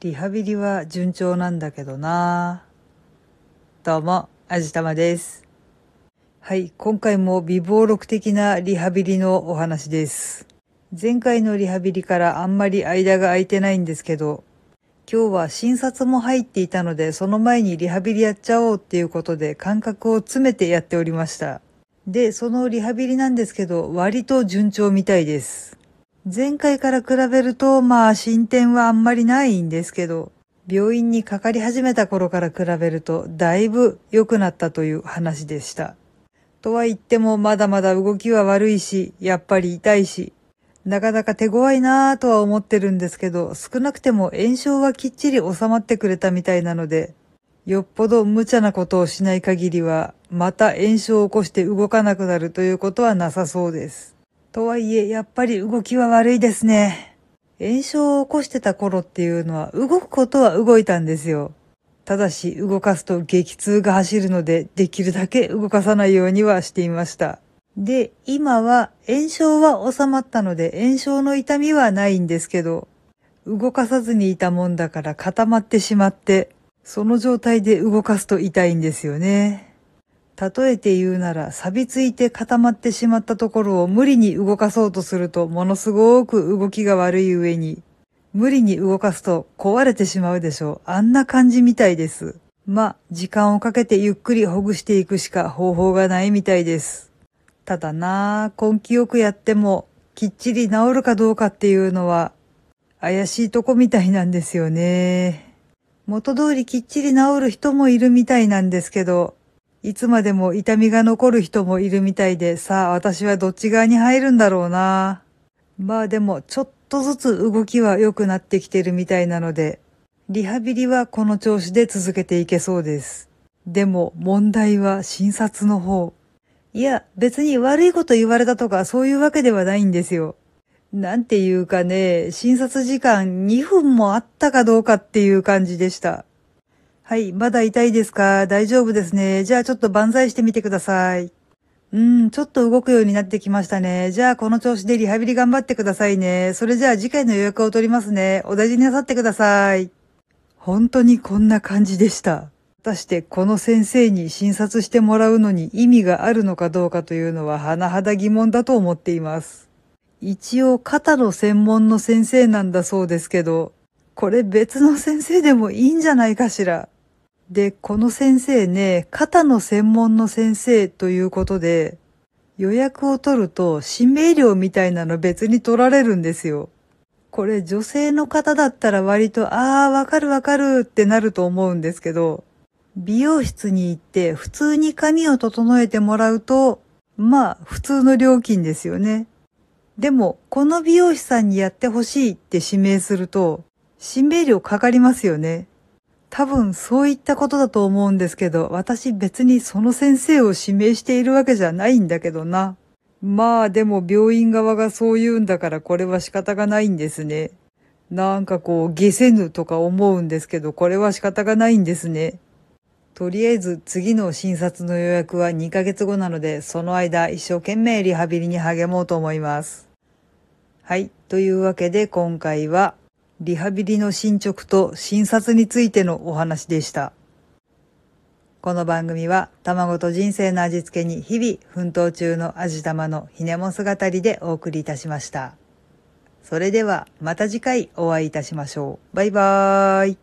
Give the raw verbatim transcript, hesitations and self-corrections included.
リハビリは順調なんだけどな。どうも、あじたまです。はい、今回も微暴録的なリハビリのお話です。前回のリハビリからあんまり間が空いてないんですけど、今日は診察も入っていたので、その前にリハビリやっちゃおうっていうことで間隔を詰めてやっておりました。で、そのリハビリなんですけど、割と順調みたいです。前回から比べると、まあ進展はあんまりないんですけど、病院にかかり始めた頃から比べると、だいぶ良くなったという話でした。とは言っても、まだまだ動きは悪いし、やっぱり痛いし、なかなか手強いなぁとは思ってるんですけど、少なくても炎症はきっちり収まってくれたみたいなので、よっぽど無茶なことをしない限りは、また炎症を起こして動かなくなるということはなさそうです。とはいえ、やっぱり動きは悪いですね。炎症を起こしてた頃っていうのは動くことは動いたんですよ。ただし動かすと激痛が走るのでできるだけ動かさないようにはしていました。で、今は炎症は収まったので炎症の痛みはないんですけど、動かさずにいたもんだから固まってしまって、その状態で動かすと痛いんですよね。例えて言うなら、錆びついて固まってしまったところを無理に動かそうとすると、ものすごく動きが悪い上に、無理に動かすと壊れてしまうでしょう。あんな感じみたいです。まあ、時間をかけてゆっくりほぐしていくしか方法がないみたいです。ただなぁ、根気よくやっても、きっちり治るかどうかっていうのは、怪しいとこみたいなんですよね。元通りきっちり治る人もいるみたいなんですけど、いつまでも痛みが残る人もいるみたいで、さあ私はどっち側に入るんだろうな。まあでもちょっとずつ動きは良くなってきてるみたいなので、リハビリはこの調子で続けていけそうです。でも問題は診察の方。いや別に悪いこと言われたとかそういうわけではないんですよ。なんていうかね、診察時間にふんもあったかどうかっていう感じでした。はい、まだ痛いですか？大丈夫ですね。じゃあちょっと万歳してみてください。うーん、ちょっと動くようになってきましたね。じゃあこの調子でリハビリ頑張ってくださいね。それじゃあ次回の予約を取りますね。お大事になさってください。本当にこんな感じでした。果たしてこの先生に診察してもらうのに意味があるのかどうかというのは甚だ疑問だと思っています。一応肩の専門の先生なんだそうですけど、これ別の先生でもいいんじゃないかしら。で、この先生ね、肩の専門の先生ということで、予約を取ると指名料みたいなの別に取られるんですよ。これ女性の方だったら割と、あーわかるわかるってなると思うんですけど、美容室に行って普通に髪を整えてもらうと、まあ普通の料金ですよね。でも、この美容師さんにやってほしいって指名すると、指名料かかりますよね。多分そういったことだと思うんですけど、私別にその先生を指名しているわけじゃないんだけどな。まあでも病院側がそう言うんだからこれは仕方がないんですね。なんかこう下せぬとか思うんですけど、これは仕方がないんですね。とりあえず次の診察の予約はにかげつごなので、その間一生懸命リハビリに励もうと思います。はい。というわけで今回は、リハビリの進捗と診察についてのお話でした。この番組は卵と人生の味付けに日々奮闘中の味玉のひねも姿りでお送りいたしました。それではまた次回お会いいたしましょう。バイバーイ。